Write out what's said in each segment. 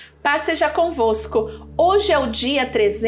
Paz seja convosco. Hoje é o dia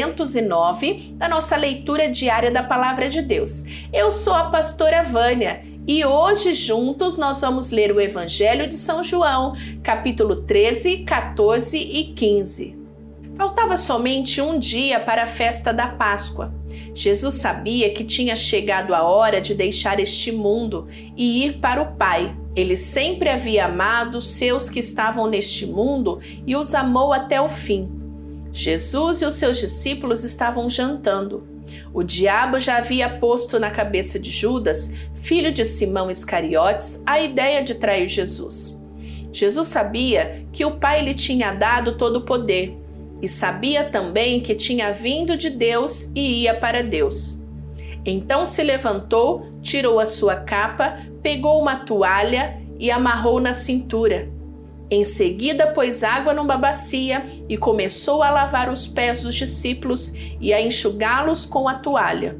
309 da nossa leitura diária da Palavra de Deus. Eu sou a pastora Vânia e hoje juntos nós vamos ler o Evangelho de São João, capítulo 13, 14 e 15. Faltava somente um dia para a festa da Páscoa. Jesus sabia que tinha chegado a hora de deixar este mundo e ir para o Pai. Ele sempre havia amado os seus que estavam neste mundo e os amou até o fim. Jesus e os seus discípulos estavam jantando. O diabo já havia posto na cabeça de Judas, filho de Simão Iscariotes, a ideia de trair Jesus. Jesus sabia que o Pai lhe tinha dado todo o poder e sabia também que tinha vindo de Deus e ia para Deus. Então se levantou, tirou a sua capa, pegou uma toalha e amarrou na cintura. Em seguida pôs água numa bacia e começou a lavar os pés dos discípulos e a enxugá-los com a toalha.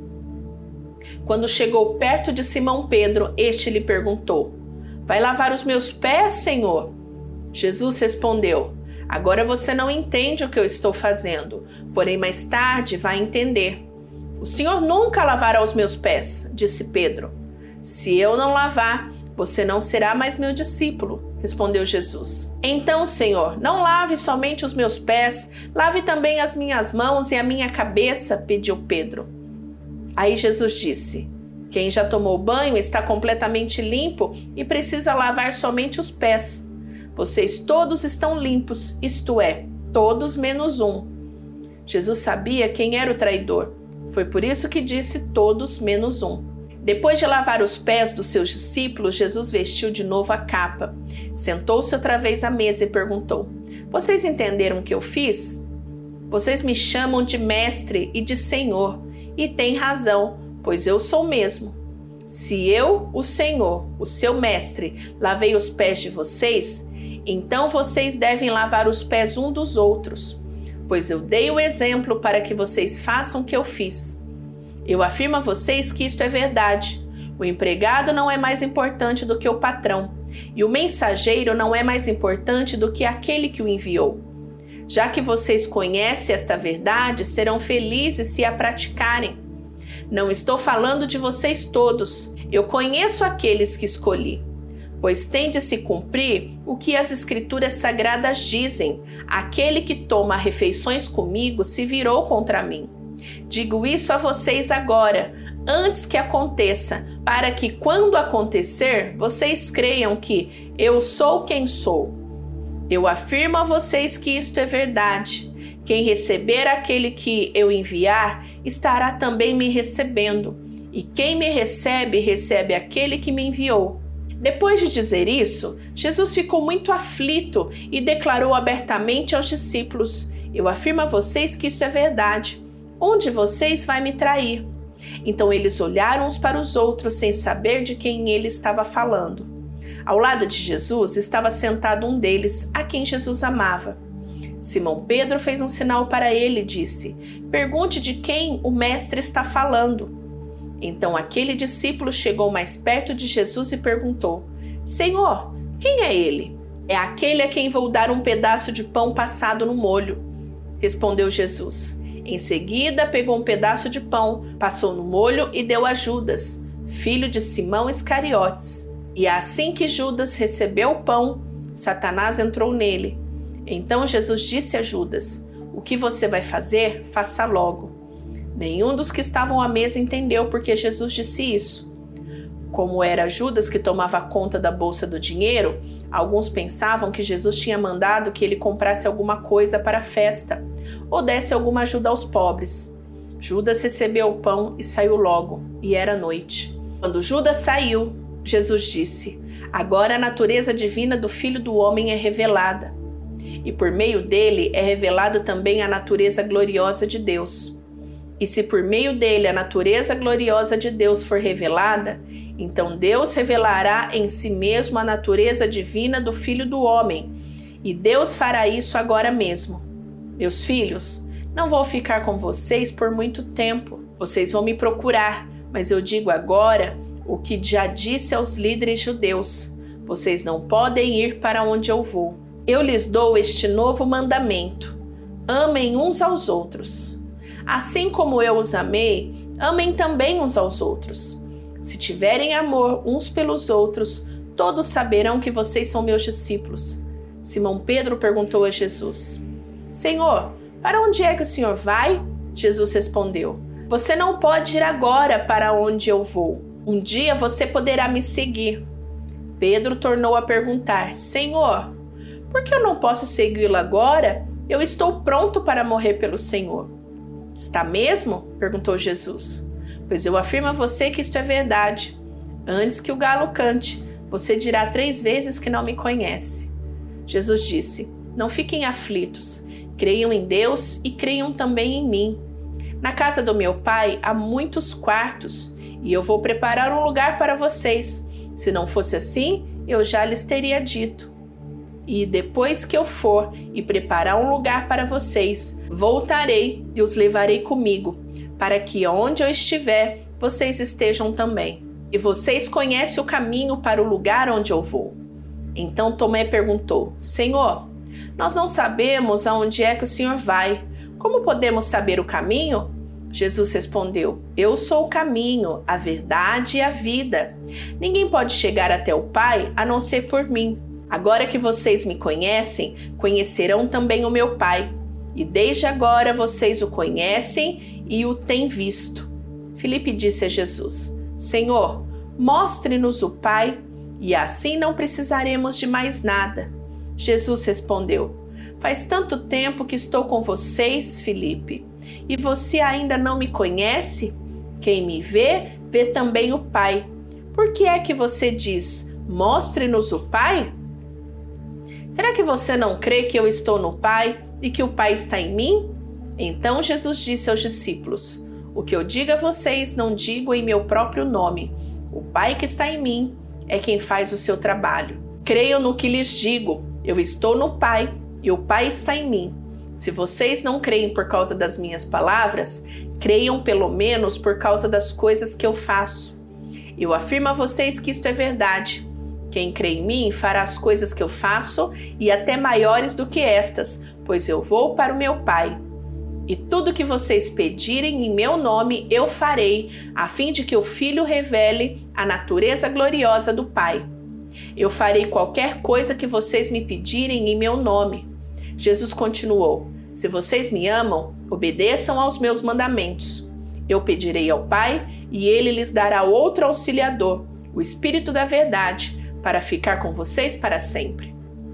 Quando chegou perto de Simão Pedro, este lhe perguntou: "Vai lavar os meus pés, Senhor?" Jesus respondeu: "Agora você não entende o que eu estou fazendo, porém mais tarde vai entender." "O Senhor nunca lavará os meus pés", disse Pedro. "Se eu não lavar, você não será mais meu discípulo", respondeu Jesus. "Então, Senhor, não lave somente os meus pés, lave também as minhas mãos e a minha cabeça", pediu Pedro. Aí Jesus disse: "Quem já tomou banho está completamente limpo e precisa lavar somente os pés. Vocês todos estão limpos, isto é, todos menos um." Jesus sabia quem era o traidor. Foi por isso que disse todos menos um. Depois de lavar os pés dos seus discípulos, Jesus vestiu de novo a capa. Sentou-se outra vez à mesa e perguntou: "Vocês entenderam o que eu fiz? Vocês me chamam de mestre e de senhor, e têm razão, pois eu sou mesmo. Se eu, o Senhor, o seu mestre, lavei os pés de vocês, então vocês devem lavar os pés um dos outros, pois eu dei o exemplo para que vocês façam o que eu fiz. Eu afirmo a vocês que isto é verdade. O empregado não é mais importante do que o patrão, e o mensageiro não é mais importante do que aquele que o enviou. Já que vocês conhecem esta verdade, serão felizes se a praticarem. Não estou falando de vocês todos. Eu conheço aqueles que escolhi. Pois tem de se cumprir o que as Escrituras Sagradas dizem: aquele que toma refeições comigo se virou contra mim. Digo isso a vocês agora, antes que aconteça, para que quando acontecer, vocês creiam que eu sou quem sou. Eu afirmo a vocês que isto é verdade. Quem receber aquele que eu enviar, estará também me recebendo. E quem me recebe, recebe aquele que me enviou." Depois de dizer isso, Jesus ficou muito aflito e declarou abertamente aos discípulos: "Eu afirmo a vocês que isso é verdade. Um de vocês vai me trair." Então eles olharam uns para os outros sem saber de quem ele estava falando. Ao lado de Jesus estava sentado um deles, a quem Jesus amava. Simão Pedro fez um sinal para ele e disse: "Pergunte de quem o mestre está falando." Então aquele discípulo chegou mais perto de Jesus e perguntou: "Senhor, quem é ele?" "É aquele a quem vou dar um pedaço de pão passado no molho", respondeu Jesus. Em seguida pegou um pedaço de pão, passou no molho e deu a Judas, filho de Simão Iscariotes. E assim que Judas recebeu o pão, Satanás entrou nele. Então Jesus disse a Judas: "O que você vai fazer, faça logo." Nenhum dos que estavam à mesa entendeu por que Jesus disse isso. Como era Judas que tomava conta da bolsa do dinheiro, alguns pensavam que Jesus tinha mandado que ele comprasse alguma coisa para a festa ou desse alguma ajuda aos pobres. Judas recebeu o pão e saiu logo, e era noite. Quando Judas saiu, Jesus disse: "Agora a natureza divina do Filho do Homem é revelada, e por meio dele é revelada também a natureza gloriosa de Deus. E se por meio dele a natureza gloriosa de Deus for revelada, então Deus revelará em si mesmo a natureza divina do Filho do Homem, e Deus fará isso agora mesmo. Meus filhos, não vou ficar com vocês por muito tempo. Vocês vão me procurar, mas eu digo agora o que já disse aos líderes judeus: vocês não podem ir para onde eu vou." Eu lhes dou este novo mandamento: amem uns aos outros. Assim como eu os amei, amem também uns aos outros. Se tiverem amor uns pelos outros, todos saberão que vocês são meus discípulos. Simão Pedro perguntou a Jesus: Senhor, para onde é que o Senhor vai? Jesus respondeu: Você não pode ir agora para onde eu vou. Um dia você poderá me seguir. Pedro tornou a perguntar: Senhor, por que eu não posso segui-lo agora? Eu estou pronto para morrer pelo Senhor. Está mesmo? Perguntou Jesus. Pois eu afirmo a você que isto é verdade. Antes que o galo cante, você dirá 3 vezes que não me conhece. Jesus disse: Não fiquem aflitos. Creiam em Deus e creiam também em mim. Na casa do meu Pai há muitos quartos, e eu vou preparar um lugar para vocês. Se não fosse assim, eu já lhes teria dito. E depois que eu for e preparar um lugar para vocês, voltarei e os levarei comigo, para que onde eu estiver, vocês estejam também. E vocês conhecem o caminho para o lugar onde eu vou. Então Tomé perguntou: Senhor, nós não sabemos aonde é que o Senhor vai. Como podemos saber o caminho? Jesus respondeu: Eu sou o caminho, a verdade e a vida. Ninguém pode chegar até o Pai a não ser por mim. Agora que vocês me conhecem, conhecerão também o meu Pai. E desde agora vocês o conhecem e o têm visto. Filipe disse a Jesus: Senhor, mostre-nos o Pai, e assim não precisaremos de mais nada. Jesus respondeu: Faz tanto tempo que estou com vocês, Filipe, e você ainda não me conhece? Quem me vê, vê também o Pai. Por que é que você diz: mostre-nos o Pai? Será que você não crê que eu estou no Pai e que o Pai está em mim? Então Jesus disse aos discípulos: O que eu digo a vocês não digo em meu próprio nome. O Pai que está em mim é quem faz o seu trabalho. Creiam no que lhes digo. Eu estou no Pai e o Pai está em mim. Se vocês não creem por causa das minhas palavras, creiam pelo menos por causa das coisas que eu faço. Eu afirmo a vocês que isto é verdade. Quem crê em mim fará as coisas que eu faço e até maiores do que estas, pois eu vou para o meu Pai. E tudo que vocês pedirem em meu nome eu farei, a fim de que o Filho revele a natureza gloriosa do Pai. Eu farei qualquer coisa que vocês me pedirem em meu nome. Jesus continuou: Se vocês me amam, obedeçam aos meus mandamentos. Eu pedirei ao Pai e ele lhes dará outro auxiliador, o Espírito da Verdade, para ficar com vocês para sempre.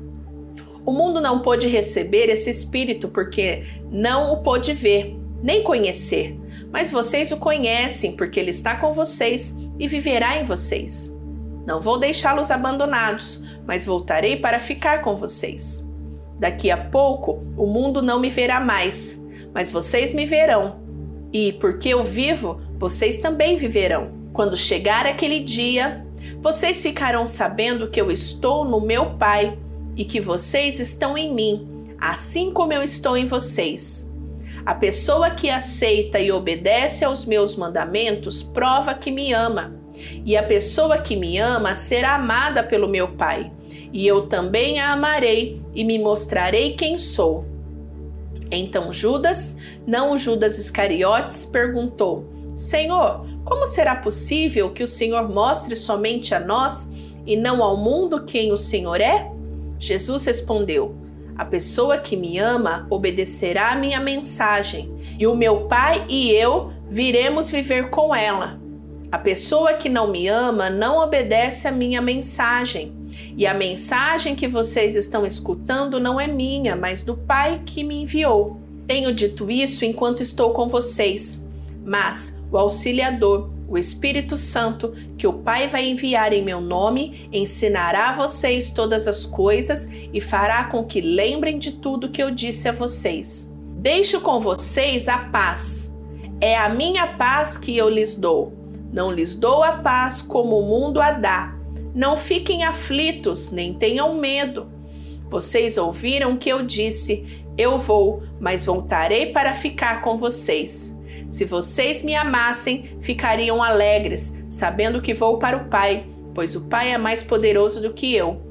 O mundo não pôde receber esse Espírito porque não o pôde ver, nem conhecer. Mas vocês o conhecem porque ele está com vocês e viverá em vocês. Não vou deixá-los abandonados, mas voltarei para ficar com vocês. Daqui a pouco o mundo não me verá mais, mas vocês me verão. E porque eu vivo, vocês também viverão. Quando chegar aquele dia, vocês ficarão sabendo que eu estou no meu Pai e que vocês estão em mim, assim como eu estou em vocês. A pessoa que aceita e obedece aos meus mandamentos prova que me ama. E a pessoa que me ama será amada pelo meu Pai. E eu também a amarei e me mostrarei quem sou. Então Judas, não Judas Iscariotes, perguntou: Senhor, como será possível que o Senhor mostre somente a nós e não ao mundo quem o Senhor é? Jesus respondeu: A pessoa que me ama obedecerá à minha mensagem, e o meu Pai e eu viremos viver com ela. A pessoa que não me ama não obedece à minha mensagem, e a mensagem que vocês estão escutando não é minha, mas do Pai que me enviou. Tenho dito isso enquanto estou com vocês, mas o Auxiliador, o Espírito Santo, que o Pai vai enviar em meu nome, ensinará a vocês todas as coisas e fará com que lembrem de tudo que eu disse a vocês. Deixo com vocês a paz. É a minha paz que eu lhes dou. Não lhes dou a paz como o mundo a dá. Não fiquem aflitos, nem tenham medo. Vocês ouviram que eu disse: Eu vou, mas voltarei para ficar com vocês. Se vocês me amassem, ficariam alegres, sabendo que vou para o Pai, pois o Pai é mais poderoso do que eu.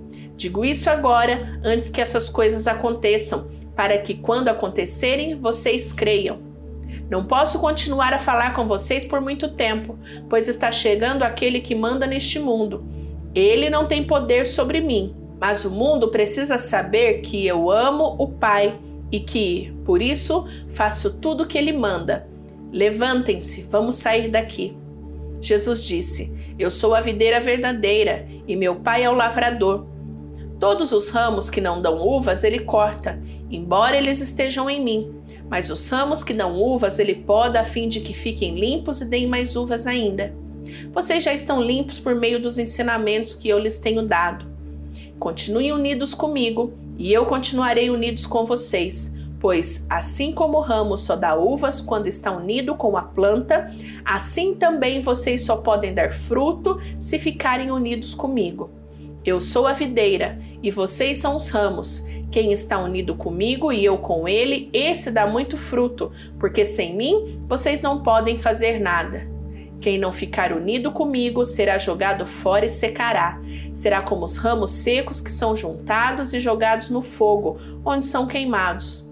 Digo isso agora, antes que essas coisas aconteçam, para que quando acontecerem, vocês creiam. Não posso continuar a falar com vocês por muito tempo, pois está chegando aquele que manda neste mundo. Ele não tem poder sobre mim, mas o mundo precisa saber que eu amo o Pai e que, por isso, faço tudo o que Ele manda. Levantem-se, vamos sair daqui. Jesus disse: Eu sou a videira verdadeira e meu Pai é o lavrador. Todos os ramos que não dão uvas Ele corta, embora eles estejam em mim. Mas os ramos que dão uvas Ele poda a fim de que fiquem limpos e deem mais uvas ainda. Vocês já estão limpos por meio dos ensinamentos que eu lhes tenho dado. Continuem unidos comigo e eu continuarei unidos com vocês, pois assim como o ramo só dá uvas quando está unido com a planta, assim também vocês só podem dar fruto se ficarem unidos comigo. Eu sou a videira e vocês são os ramos. Quem está unido comigo e eu com ele, esse dá muito fruto, porque sem mim vocês não podem fazer nada. Quem não ficar unido comigo será jogado fora e secará. Será como os ramos secos que são juntados e jogados no fogo, onde são queimados.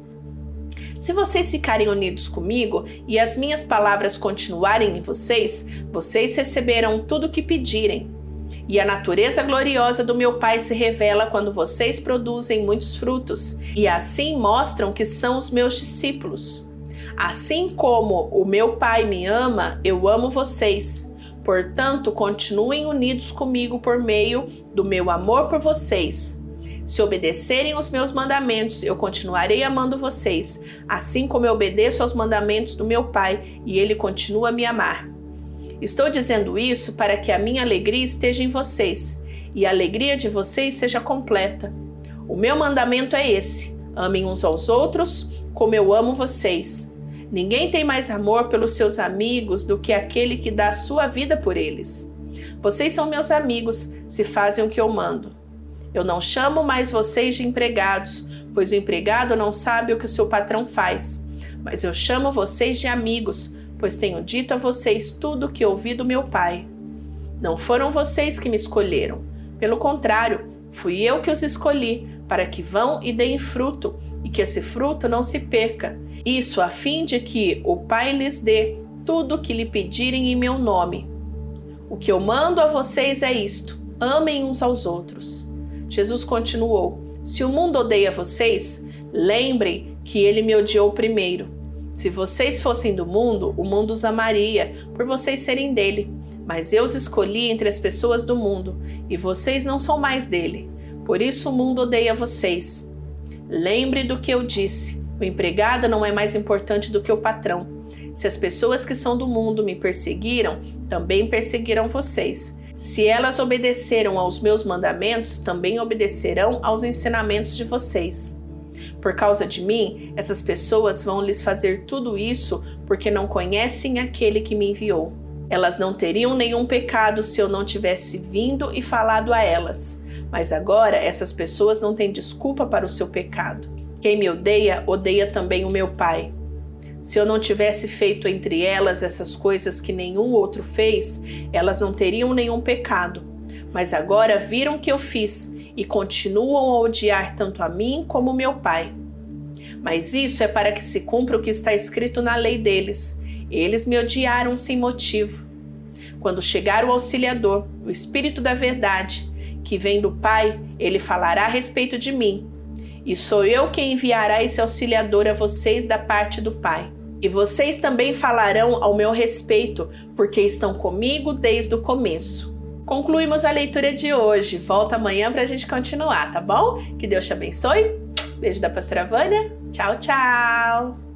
Se vocês ficarem unidos comigo e as minhas palavras continuarem em vocês, vocês receberão tudo o que pedirem. E a natureza gloriosa do meu Pai se revela quando vocês produzem muitos frutos, e assim mostram que são os meus discípulos. Assim como o meu Pai me ama, eu amo vocês. Portanto, continuem unidos comigo por meio do meu amor por vocês. Se obedecerem os meus mandamentos, eu continuarei amando vocês, assim como eu obedeço aos mandamentos do meu Pai, e Ele continua a me amar. Estou dizendo isso para que a minha alegria esteja em vocês e a alegria de vocês seja completa. O meu mandamento é esse: amem uns aos outros como eu amo vocês. Ninguém tem mais amor pelos seus amigos do que aquele que dá a sua vida por eles. Vocês são meus amigos se fazem o que eu mando. Eu não chamo mais vocês de empregados, pois o empregado não sabe o que o seu patrão faz. Mas eu chamo vocês de amigos, pois tenho dito a vocês tudo o que ouvi do meu Pai. Não foram vocês que me escolheram. Pelo contrário, fui eu que os escolhi, para que vão e deem fruto, e que esse fruto não se perca. Isso a fim de que o Pai lhes dê tudo o que lhe pedirem em meu nome. O que eu mando a vocês é isto: amem uns aos outros. Jesus continuou: Se o mundo odeia vocês, lembrem que ele me odiou primeiro. Se vocês fossem do mundo, o mundo os amaria, por vocês serem dele. Mas eu os escolhi entre as pessoas do mundo, e vocês não são mais dele. Por isso o mundo odeia vocês. Lembre do que eu disse: o empregado não é mais importante do que o patrão. Se as pessoas que são do mundo me perseguiram, também perseguirão vocês. Se elas obedeceram aos meus mandamentos, também obedecerão aos ensinamentos de vocês. Por causa de mim, essas pessoas vão lhes fazer tudo isso porque não conhecem aquele que me enviou. Elas não teriam nenhum pecado se eu não tivesse vindo e falado a elas. Mas agora essas pessoas não têm desculpa para o seu pecado. Quem me odeia, odeia também o meu Pai. Se eu não tivesse feito entre elas essas coisas que nenhum outro fez, elas não teriam nenhum pecado. Mas agora viram que eu fiz e continuam a odiar tanto a mim como o meu Pai. Mas isso é para que se cumpra o que está escrito na lei deles. Eles me odiaram sem motivo. Quando chegar o Auxiliador, o Espírito da Verdade, que vem do Pai, ele falará a respeito de mim. E sou eu quem enviará esse Auxiliador a vocês da parte do Pai. E vocês também falarão ao meu respeito, porque estão comigo desde o começo. Concluímos a leitura de hoje. Volta amanhã para a gente continuar, tá bom? Que Deus te abençoe. Beijo da pastora Vânia. Tchau, tchau.